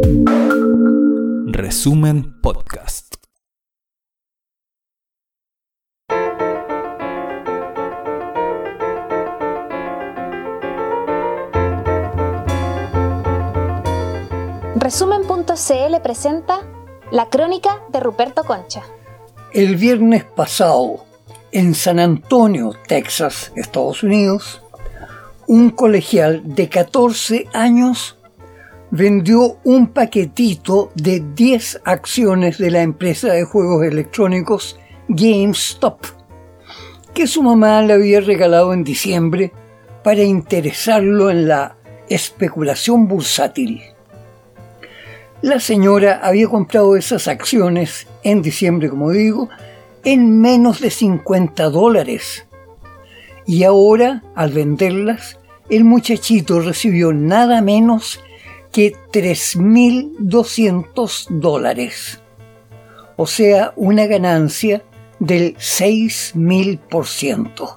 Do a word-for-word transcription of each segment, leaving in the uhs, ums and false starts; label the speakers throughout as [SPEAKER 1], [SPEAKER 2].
[SPEAKER 1] Resumen Podcast.
[SPEAKER 2] Resumen punto c l presenta La Crónica de Ruperto Concha.
[SPEAKER 3] El viernes pasado, en San Antonio, Texas, Estados Unidos, un colegial de catorce años vendió un paquetito de diez acciones de la empresa de juegos electrónicos GameStop, que su mamá le había regalado en diciembre para interesarlo en la especulación bursátil. La señora había comprado esas acciones en diciembre, como digo, en menos de cincuenta dólares. Y ahora, al venderlas, el muchachito recibió nada menos que tres mil doscientos dólares. O sea, una ganancia del seis mil por ciento.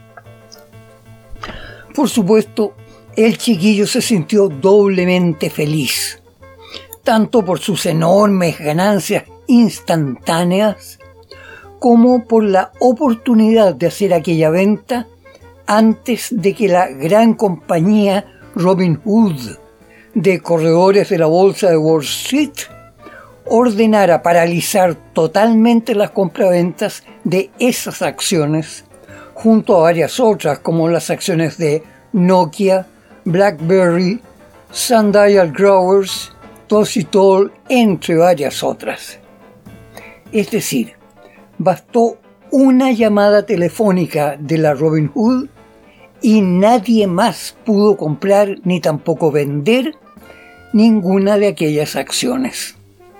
[SPEAKER 3] Por supuesto, el chiquillo se sintió doblemente feliz, tanto por sus enormes ganancias instantáneas, como por la oportunidad de hacer aquella venta antes de que la gran compañía Robinhood de corredores de la bolsa de Wall Street ordenara paralizar totalmente las compraventas de esas acciones, junto a varias otras como las acciones de Nokia, BlackBerry, Sundial Growers, Tossitol, entre varias otras. Es decir, bastó una llamada telefónica de la Robinhood y nadie más pudo comprar ni tampoco vender ninguna de aquellas acciones.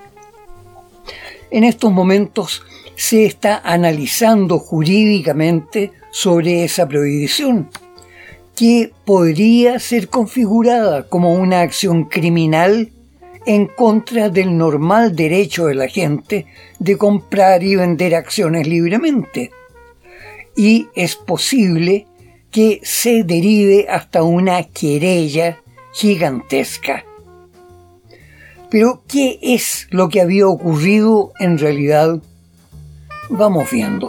[SPEAKER 3] En estos momentos se está analizando jurídicamente sobre esa prohibición, que podría ser configurada como una acción criminal en contra del normal derecho de la gente de comprar y vender acciones libremente. Y es posible que se derive hasta una querella gigantesca. Pero, ¿qué es lo que había ocurrido en realidad? Vamos viendo.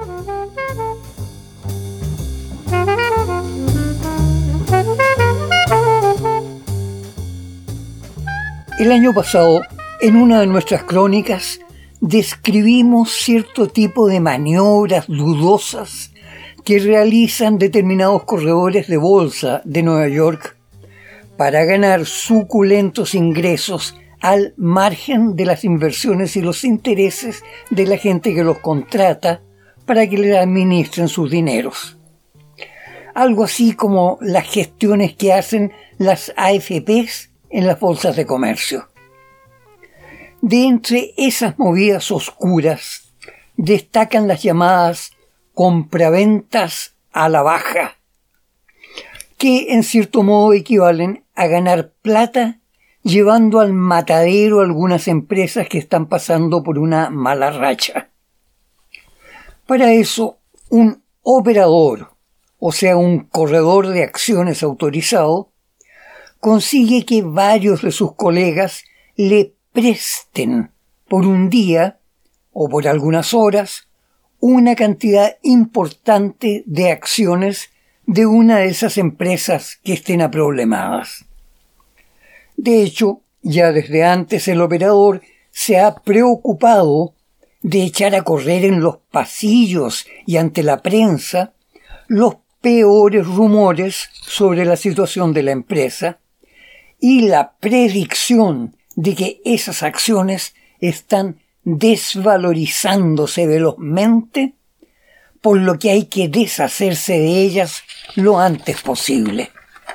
[SPEAKER 3] El año pasado, en una de nuestras crónicas, describimos cierto tipo de maniobras dudosas que realizan determinados corredores de bolsa de Nueva York para ganar suculentos ingresos al margen de las inversiones y los intereses de la gente que los contrata para que les administren sus dineros. Algo así como las gestiones que hacen las A F Pes en las bolsas de comercio. De entre esas movidas oscuras destacan las llamadas compraventas a la baja, que en cierto modo equivalen a ganar plata llevando al matadero algunas empresas que están pasando por una mala racha. Para eso, un operador, o sea, un corredor de acciones autorizado, consigue que varios de sus colegas le presten por un día o por algunas horas una cantidad importante de acciones de una de esas empresas que estén aproblemadas. De hecho, ya desde antes el operador se ha preocupado de echar a correr en los pasillos y ante la prensa los peores rumores sobre la situación de la empresa y la predicción de que esas acciones están desvalorizándose velozmente, por lo que hay que deshacerse de ellas lo antes posible.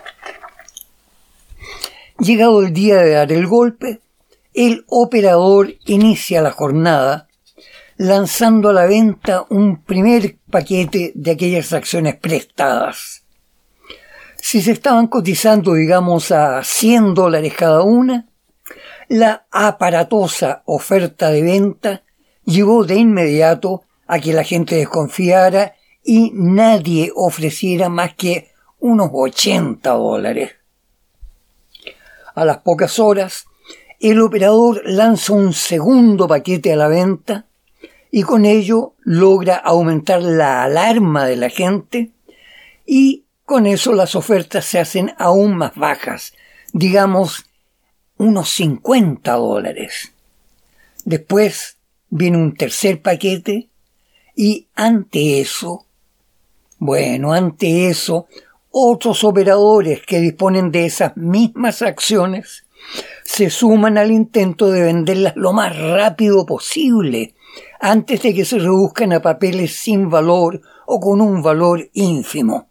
[SPEAKER 3] Llegado el día de dar el golpe, el operador inicia la jornada lanzando a la venta un primer paquete de aquellas acciones prestadas. Si se estaban cotizando, digamos, a cien dólares cada una, la aparatosa oferta de venta llevó de inmediato a que la gente desconfiara y nadie ofreciera más que unos ochenta dólares. A las pocas horas, el operador lanza un segundo paquete a la venta y con ello logra aumentar la alarma de la gente y con eso las ofertas se hacen aún más bajas, digamos unos cincuenta dólares. Después viene un tercer paquete y ante eso, bueno, ante eso, otros operadores que disponen de esas mismas acciones se suman al intento de venderlas lo más rápido posible, antes de que se reduzcan a papeles sin valor o con un valor ínfimo.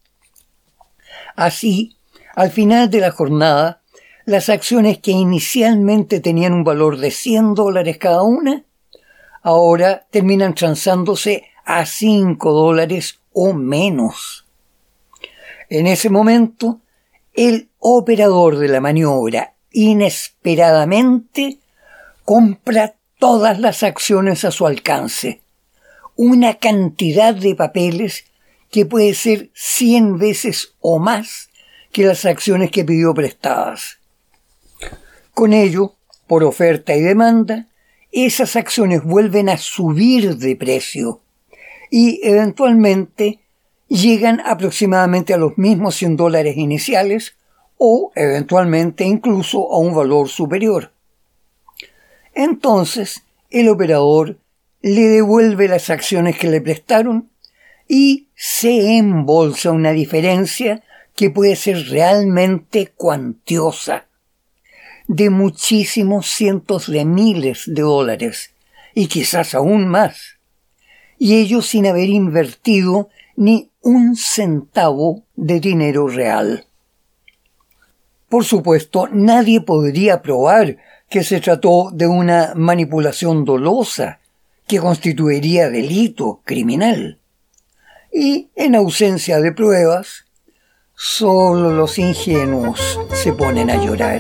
[SPEAKER 3] Así, al final de la jornada, las acciones que inicialmente tenían un valor de cien dólares cada una, ahora terminan transándose a cinco dólares o menos. En ese momento, el operador de la maniobra inesperadamente compra todas las acciones a su alcance, una cantidad de papeles que puede ser cien veces o más que las acciones que pidió prestadas. Con ello, por oferta y demanda, esas acciones vuelven a subir de precio y eventualmente llegan aproximadamente a los mismos cien dólares iniciales o eventualmente incluso a un valor superior. Entonces, el operador le devuelve las acciones que le prestaron y se embolsa una diferencia que puede ser realmente cuantiosa, de muchísimos cientos de miles de dólares, y quizás aún más, y ello sin haber invertido ni un centavo de dinero real. Por supuesto, nadie podría probar que se trató de una manipulación dolosa que constituiría delito criminal. Y, en ausencia de pruebas, solo los ingenuos se ponen a llorar.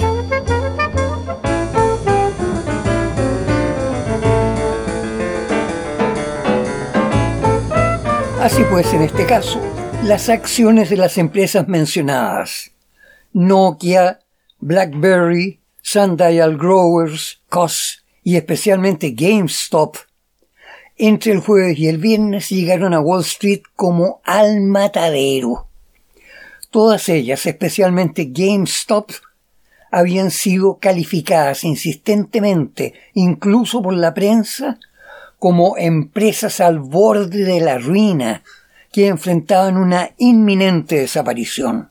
[SPEAKER 3] Así pues, en este caso, las acciones de las empresas mencionadas, Nokia, BlackBerry, Sundial Growers, C O S y especialmente GameStop, entre el jueves y el viernes llegaron a Wall Street como al matadero. Todas ellas, especialmente GameStop, habían sido calificadas insistentemente, incluso por la prensa, como empresas al borde de la ruina que enfrentaban una inminente desaparición.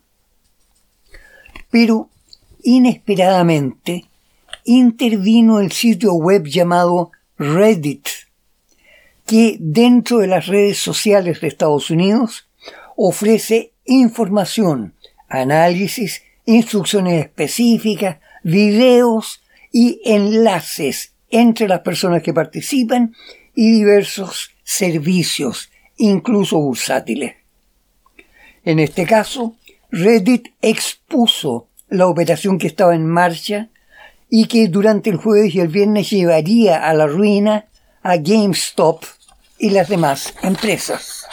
[SPEAKER 3] Pero, inesperadamente, intervino el sitio web llamado Reddit, que dentro de las redes sociales de Estados Unidos ofrece información, análisis, instrucciones específicas, videos y enlaces entre las personas que participan y diversos servicios, incluso bursátiles. En este caso, Reddit expuso la operación que estaba en marcha y que durante el jueves y el viernes llevaría a la ruina a GameStop y las demás empresas.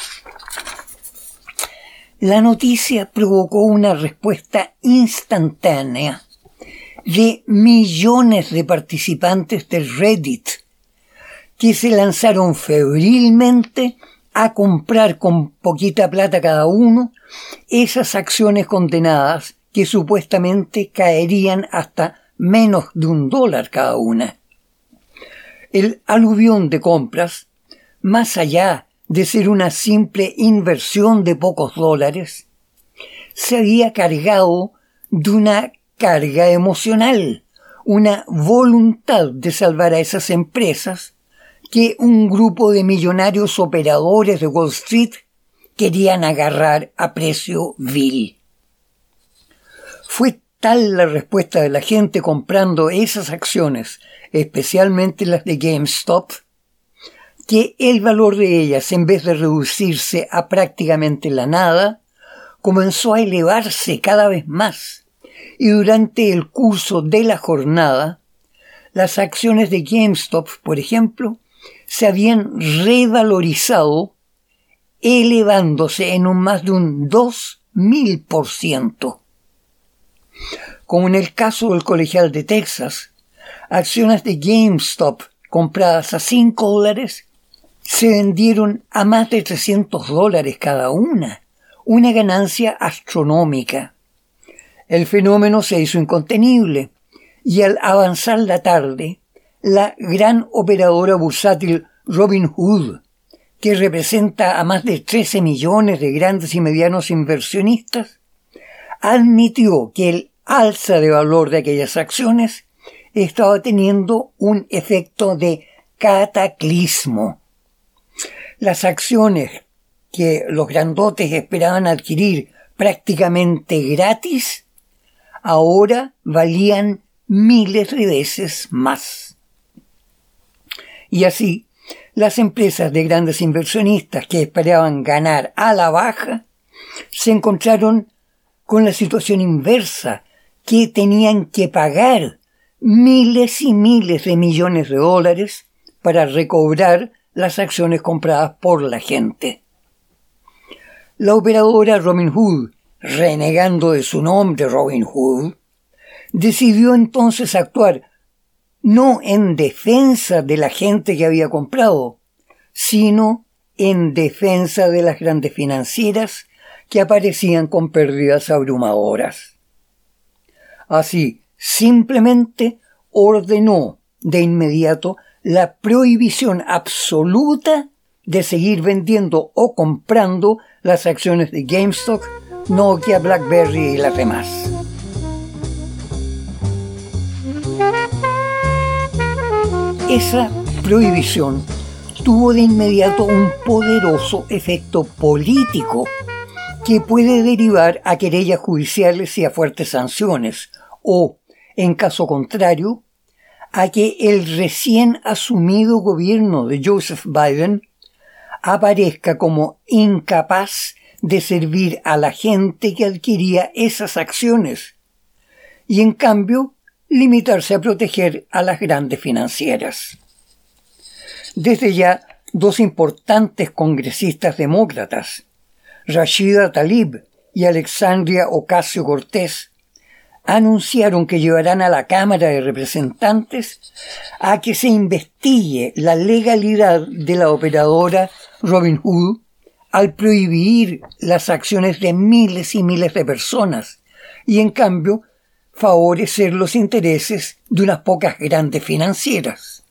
[SPEAKER 3] La noticia provocó una respuesta instantánea de millones de participantes de Reddit que se lanzaron febrilmente a comprar con poquita plata cada uno esas acciones condenadas que supuestamente caerían hasta menos de un dólar cada una. El aluvión de compras, más allá de ser una simple inversión de pocos dólares, se había cargado de una carga emocional, una voluntad de salvar a esas empresas que un grupo de millonarios operadores de Wall Street querían agarrar a precio vil. Fue tal la respuesta de la gente comprando esas acciones, especialmente las de GameStop, que el valor de ellas, en vez de reducirse a prácticamente la nada, comenzó a elevarse cada vez más, y durante el curso de la jornada, las acciones de GameStop, por ejemplo, se habían revalorizado, elevándose en un más de un dos mil por ciento. Como en el caso del Colegial de Texas, acciones de GameStop compradas a cinco dólares se vendieron a más de trescientos dólares cada una, una ganancia astronómica. El fenómeno se hizo incontenible y al avanzar la tarde, la gran operadora bursátil Robinhood, que representa a más de trece millones de grandes y medianos inversionistas, admitió que el alza de valor de aquellas acciones estaba teniendo un efecto de cataclismo. Las acciones que los grandotes esperaban adquirir prácticamente gratis, ahora valían miles de veces más. Y así, las empresas de grandes inversionistas que esperaban ganar a la baja se encontraron con la situación inversa, que tenían que pagar miles y miles de millones de dólares para recobrar las acciones compradas por la gente. La operadora Robinhood, renegando de su nombre Robinhood, decidió entonces actuar no en defensa de la gente que había comprado, sino en defensa de las grandes financieras que aparecían con pérdidas abrumadoras. Así, simplemente ordenó de inmediato la prohibición absoluta de seguir vendiendo o comprando las acciones de GameStop, Nokia, BlackBerry y las demás. Esa prohibición tuvo de inmediato un poderoso efecto político que puede derivar a querellas judiciales y a fuertes sanciones, o, en caso contrario, a que el recién asumido gobierno de Joseph Biden aparezca como incapaz de servir a la gente que adquiría esas acciones, y en cambio limitarse a proteger a las grandes financieras. Desde ya, dos importantes congresistas demócratas, Rashida Tlaib y Alexandria Ocasio-Cortez, anunciaron que llevarán a la Cámara de Representantes a que se investigue la legalidad de la operadora Robinhood al prohibir las acciones de miles y miles de personas y, en cambio, favorecer los intereses de unas pocas grandes financieras.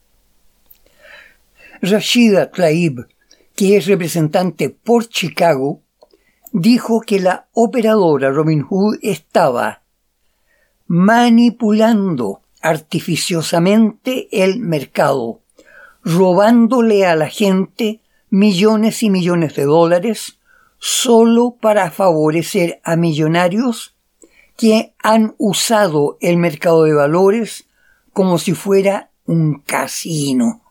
[SPEAKER 3] Rashida Tlaib, que es representante por Chicago, dijo que la operadora Robinhood estaba manipulando artificiosamente el mercado, robándole a la gente millones y millones de dólares solo para favorecer a millonarios que han usado el mercado de valores como si fuera un casino.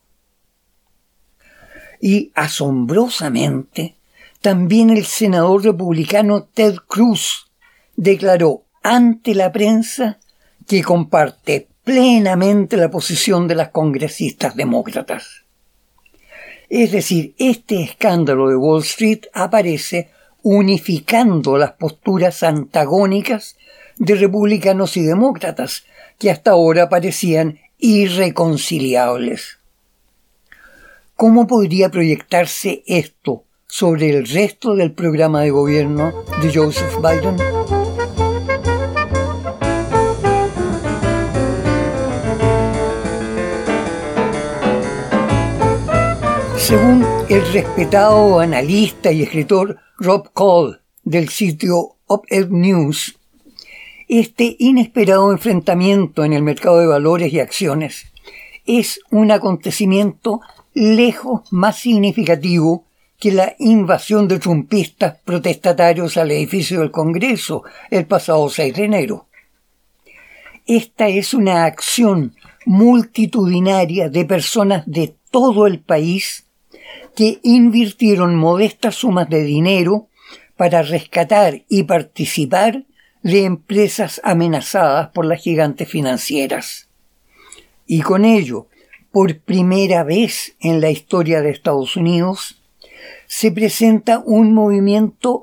[SPEAKER 3] Y asombrosamente, también el senador republicano Ted Cruz declaró ante la prensa que comparte plenamente la posición de las congresistas demócratas. Es decir, este escándalo de Wall Street aparece unificando las posturas antagónicas de republicanos y demócratas, que hasta ahora parecían irreconciliables. ¿Cómo podría proyectarse esto sobre el resto del programa de gobierno de Joseph Biden? Según el respetado analista y escritor Rob Cole del sitio Op-Ed News, este inesperado enfrentamiento en el mercado de valores y acciones es un acontecimiento lejos más significativo que la invasión de trumpistas protestatarios al edificio del Congreso el pasado seis de enero. Esta es una acción multitudinaria de personas de todo el país que invirtieron modestas sumas de dinero para rescatar y participar de empresas amenazadas por las gigantes financieras. Y con ello, por primera vez en la historia de Estados Unidos, se presenta un movimiento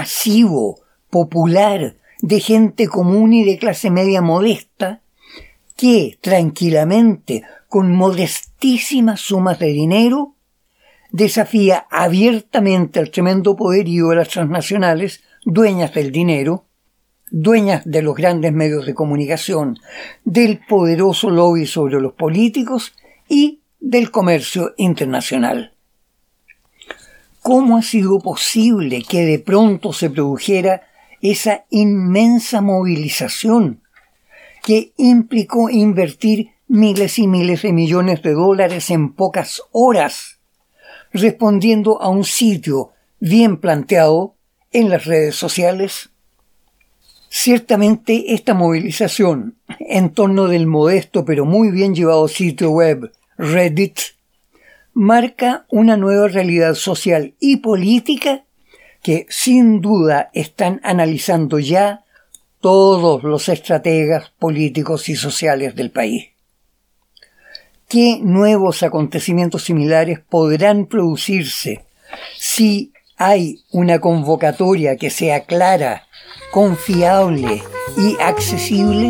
[SPEAKER 3] masivo, popular, de gente común y de clase media modesta, que tranquilamente, con modestísimas sumas de dinero, desafía abiertamente al tremendo poderío de las transnacionales, dueñas del dinero, dueñas de los grandes medios de comunicación, del poderoso lobby sobre los políticos y del comercio internacional. ¿Cómo ha sido posible que de pronto se produjera esa inmensa movilización que implicó invertir miles y miles de millones de dólares en pocas horas, respondiendo a un sitio bien planteado en las redes sociales? Ciertamente esta movilización en torno del modesto pero muy bien llevado sitio web Reddit marca una nueva realidad social y política que sin duda están analizando ya todos los estrategas políticos y sociales del país. ¿Qué nuevos acontecimientos similares podrán producirse si hay una convocatoria que sea clara, confiable y accesible?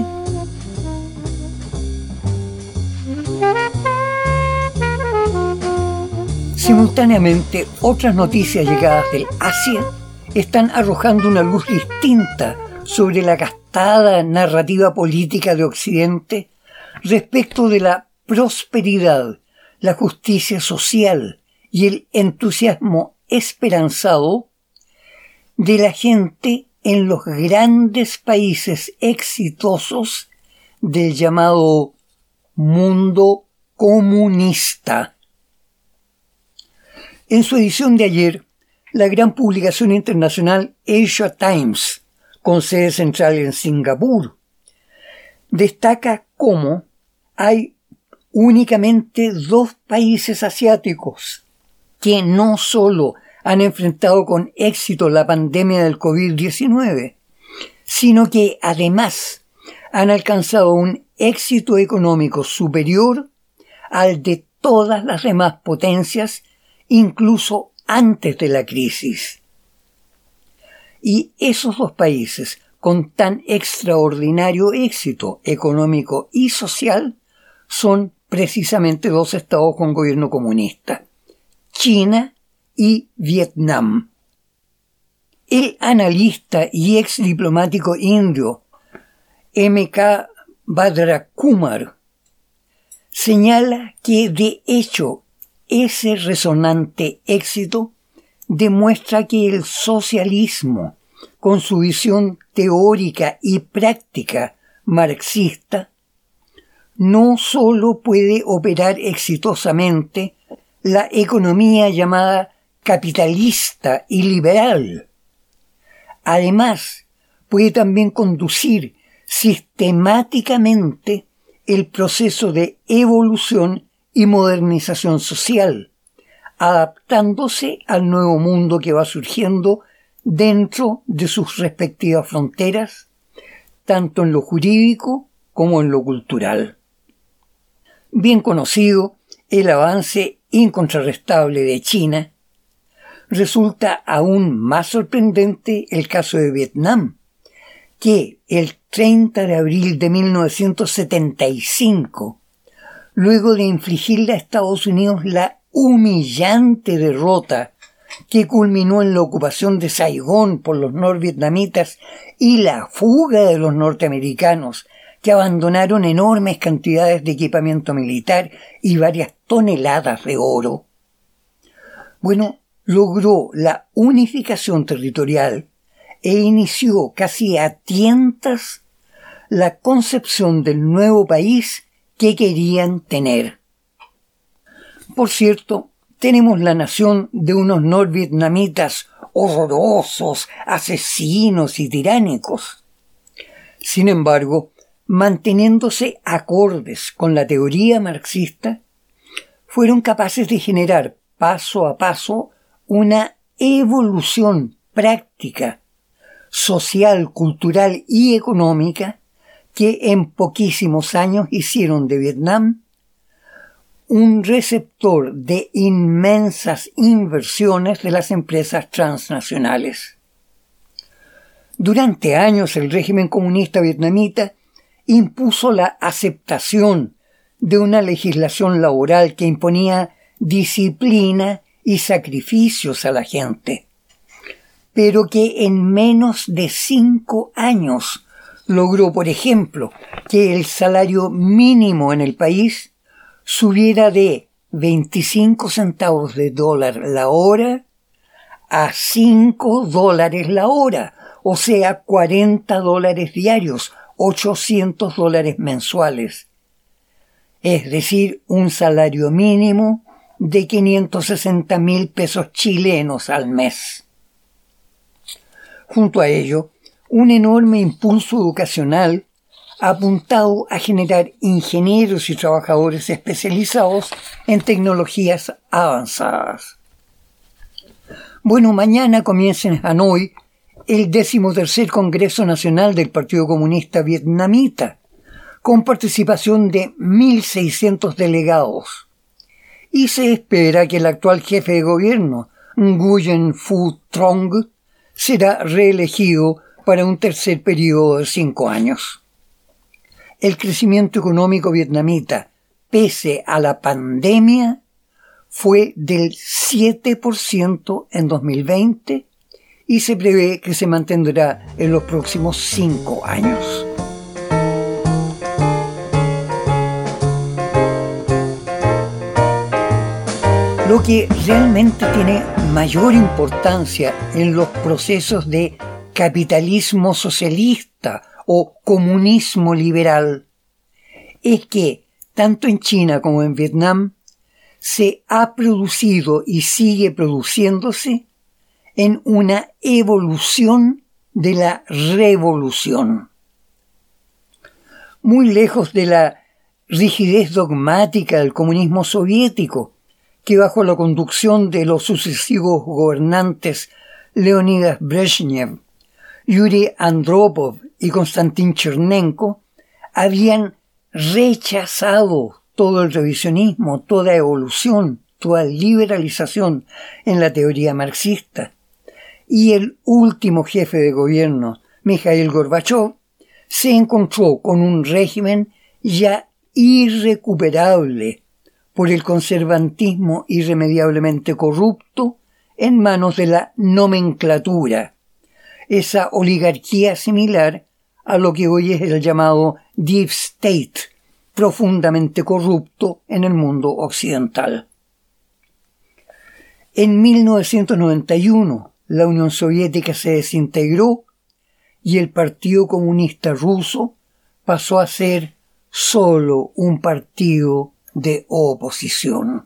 [SPEAKER 3] Simultáneamente, otras noticias llegadas del Asia están arrojando una luz distinta sobre la gastada narrativa política de Occidente respecto de la prosperidad, la justicia social y el entusiasmo esperanzado de la gente en los grandes países exitosos del llamado mundo comunista. En su edición de ayer, la gran publicación internacional Asia Times, con sede central en Singapur, destaca cómo hay únicamente dos países asiáticos que no solo han enfrentado con éxito la pandemia del covid diecinueve, sino que además han alcanzado un éxito económico superior al de todas las demás potencias, incluso antes de la crisis. Y esos dos países, con tan extraordinario éxito económico y social, son precisamente dos estados con gobierno comunista: China y Vietnam. El analista y ex diplomático indio M K Bhadrakumar señala que, de hecho, ese resonante éxito demuestra que el socialismo, con su visión teórica y práctica marxista, no solo puede operar exitosamente la economía llamada capitalista y liberal, además puede también conducir sistemáticamente el proceso de evolución y modernización social, adaptándose al nuevo mundo que va surgiendo dentro de sus respectivas fronteras, tanto en lo jurídico como en lo cultural. Bien conocido el avance incontrarrestable de China, resulta aún más sorprendente el caso de Vietnam, que el treinta de abril de mil novecientos setenta y cinco, luego de infligirle a Estados Unidos la humillante derrota que culminó en la ocupación de Saigón por los norvietnamitas y la fuga de los norteamericanos, que abandonaron enormes cantidades de equipamiento militar y varias toneladas de oro, bueno, logró la unificación territorial e inició casi a tientas la concepción del nuevo país que querían tener. Por cierto, tenemos la nación de unos norvietnamitas horrorosos, asesinos y tiránicos. Sin embargo, manteniéndose acordes con la teoría marxista, fueron capaces de generar paso a paso una evolución práctica, social, cultural y económica que en poquísimos años hicieron de Vietnam un receptor de inmensas inversiones de las empresas transnacionales. Durante años el régimen comunista vietnamita impuso la aceptación de una legislación laboral que imponía disciplina y sacrificios a la gente, pero que en menos de cinco años logró, por ejemplo, que el salario mínimo en el país subiera de veinticinco centavos de dólar la hora a cinco dólares la hora, o sea, cuarenta dólares diarios, ochocientos dólares mensuales. Es decir, un salario mínimo de quinientos sesenta mil pesos chilenos al mes. Junto a ello, un enorme impulso educacional apuntado a generar ingenieros y trabajadores especializados en tecnologías avanzadas. Bueno, mañana comienza en Hanoi el decimotercer Congreso Nacional del Partido Comunista Vietnamita, con participación de mil seiscientos delegados. Y se espera que el actual jefe de gobierno, Nguyen Phu Trong, será reelegido para un tercer periodo de cinco años. El crecimiento económico vietnamita, pese a la pandemia, fue del siete por ciento en dos mil veinte y se prevé que se mantendrá en los próximos cinco años. Lo que realmente tiene mayor importancia en los procesos de capitalismo socialista o comunismo liberal es que, tanto en China como en Vietnam, se ha producido y sigue produciéndose en una evolución de la revolución. Muy lejos de la rigidez dogmática del comunismo soviético, que bajo la conducción de los sucesivos gobernantes Leonidas Brezhnev, Yuri Andropov y Konstantin Chernenko habían rechazado todo el revisionismo, toda evolución, toda liberalización en la teoría marxista. Y el último jefe de gobierno, Mikhail Gorbachev, se encontró con un régimen ya irrecuperable por el conservantismo irremediablemente corrupto en manos de la nomenclatura, esa oligarquía similar a lo que hoy es el llamado Deep State, profundamente corrupto en el mundo occidental. En mil novecientos noventa y uno, la Unión Soviética se desintegró y el Partido Comunista Ruso pasó a ser solo un partido de oposición.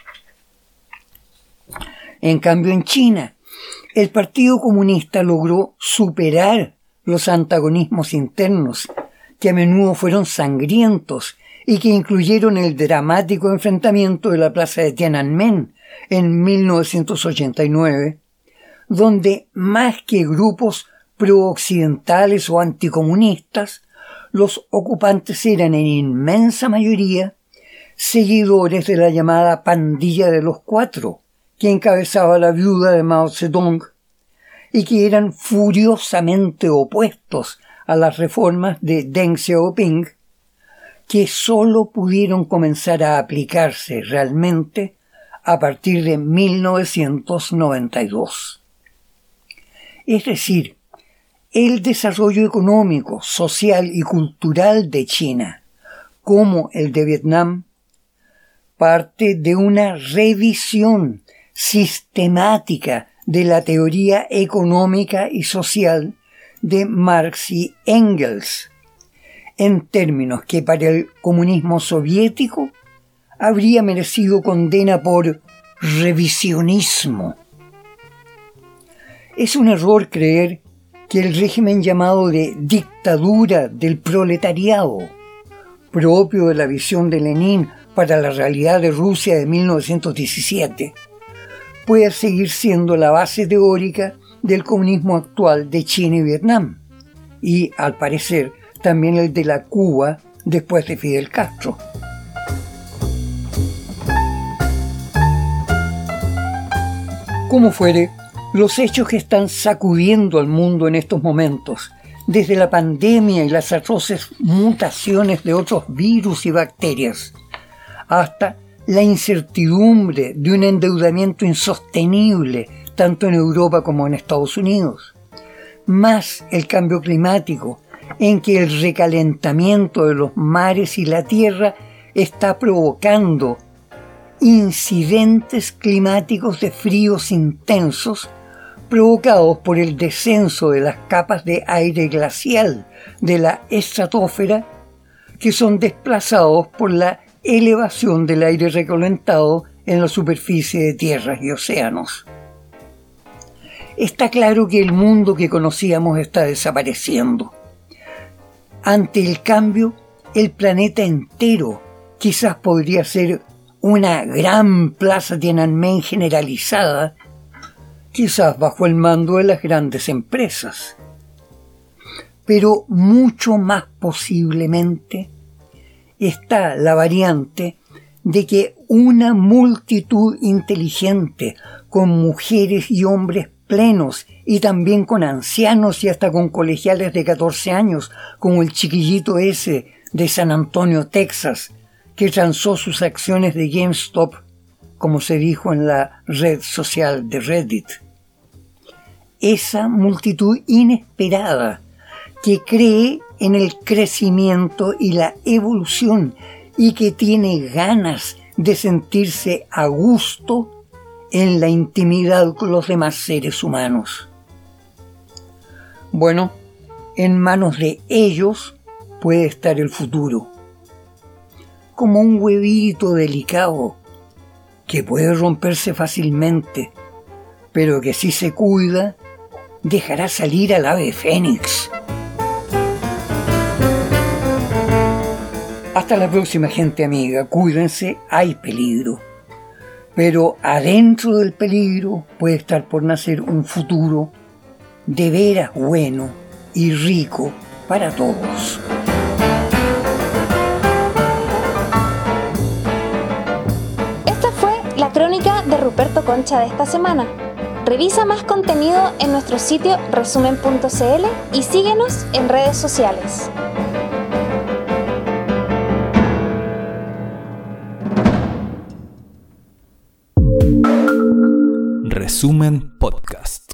[SPEAKER 3] En cambio, en China, el Partido Comunista logró superar los antagonismos internos, que a menudo fueron sangrientos y que incluyeron el dramático enfrentamiento de la plaza de Tiananmen en mil novecientos ochenta y nueve, donde más que grupos pro-occidentales o anticomunistas, los ocupantes eran en inmensa mayoría seguidores de la llamada Pandilla de los Cuatro, que encabezaba la viuda de Mao Zedong, y que eran furiosamente opuestos a las reformas de Deng Xiaoping, que sólo pudieron comenzar a aplicarse realmente a partir de mil novecientos noventa y dos. Es decir, el desarrollo económico, social y cultural de China, como el de Vietnam, parte de una revisión sistemática de la teoría económica y social de Marx y Engels, en términos que para el comunismo soviético habría merecido condena por revisionismo. Es un error creer que el régimen llamado de dictadura del proletariado, propio de la visión de Lenin para la realidad de Rusia de mil novecientos diecisiete, pueda seguir siendo la base teórica del comunismo actual de China y Vietnam, y, al parecer, también el de la Cuba después de Fidel Castro. Como fuere, los hechos que están sacudiendo al mundo en estos momentos desde la pandemia y las atroces mutaciones de otros virus y bacterias, hasta la incertidumbre de un endeudamiento insostenible tanto en Europa como en Estados Unidos, más el cambio climático, en que el recalentamiento de los mares y la tierra está provocando incidentes climáticos de fríos intensos provocados por el descenso de las capas de aire glacial de la estratosfera, que son desplazados por la elevación del aire recalentado en la superficie de tierras y océanos. Está claro que el mundo que conocíamos está desapareciendo. Ante el cambio, el planeta entero quizás podría ser una gran plaza Tiananmen generalizada, quizás bajo el mando de las grandes empresas. Pero mucho más posiblemente está la variante de que una multitud inteligente, con mujeres y hombres plenos, y también con ancianos y hasta con colegiales de catorce años, como el chiquillito ese de San Antonio, Texas, que transó sus acciones de GameStop, como se dijo en la red social de Reddit. Esa multitud inesperada que cree en el crecimiento y la evolución y que tiene ganas de sentirse a gusto en la intimidad con los demás seres humanos. Bueno, en manos de ellos puede estar el futuro, como un huevito delicado que puede romperse fácilmente, pero que si se cuida dejará salir al ave fénix. Hasta la próxima, gente amiga. Cuídense, hay peligro. Pero adentro del peligro puede estar por nacer un futuro de veras bueno y rico para todos.
[SPEAKER 2] Esta fue la crónica de Ruperto Concha de esta semana. Revisa más contenido en nuestro sitio resumen punto c l y síguenos en redes sociales.
[SPEAKER 1] Resumen Podcast.